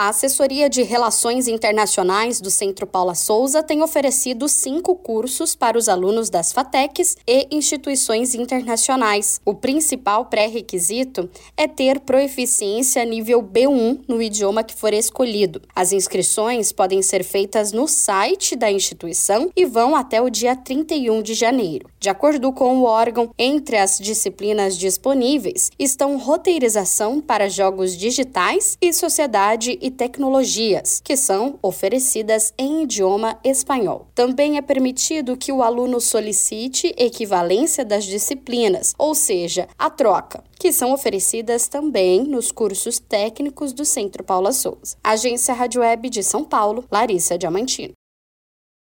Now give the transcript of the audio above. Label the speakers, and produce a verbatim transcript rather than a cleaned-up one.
Speaker 1: A Assessoria de Relações Internacionais do Centro Paula Souza tem oferecido cinco cursos para os alunos das FATECs e instituições internacionais. O principal pré-requisito é ter proeficiência nível B um no idioma que for escolhido. As inscrições podem ser feitas no site da instituição e vão até o dia trinta e um de janeiro. De acordo com o órgão, entre as disciplinas disponíveis estão roteirização para jogos digitais e sociedade e tecnologias, que são oferecidas em idioma espanhol. Também é permitido que o aluno solicite equivalência das disciplinas, ou seja, a troca, que são oferecidas também nos cursos técnicos do Centro Paula Souza. Agência Rádio Web de São Paulo, Larissa Diamantino.